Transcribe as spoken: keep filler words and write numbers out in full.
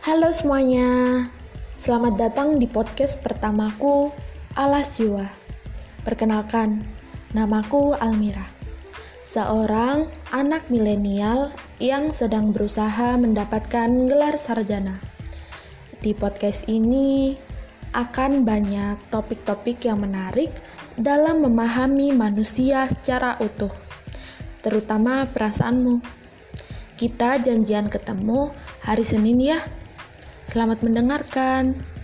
Halo semuanya, selamat datang di podcast pertamaku, Alas Jiwa. Perkenalkan, namaku Almira, seorang anak milenial yang sedang berusaha mendapatkan gelar sarjana. Di podcast ini akan banyak topik-topik yang menarik dalam memahami manusia secara utuh, terutama perasaanmu. Kita janjian ketemu hari Senin ya. Selamat mendengarkan.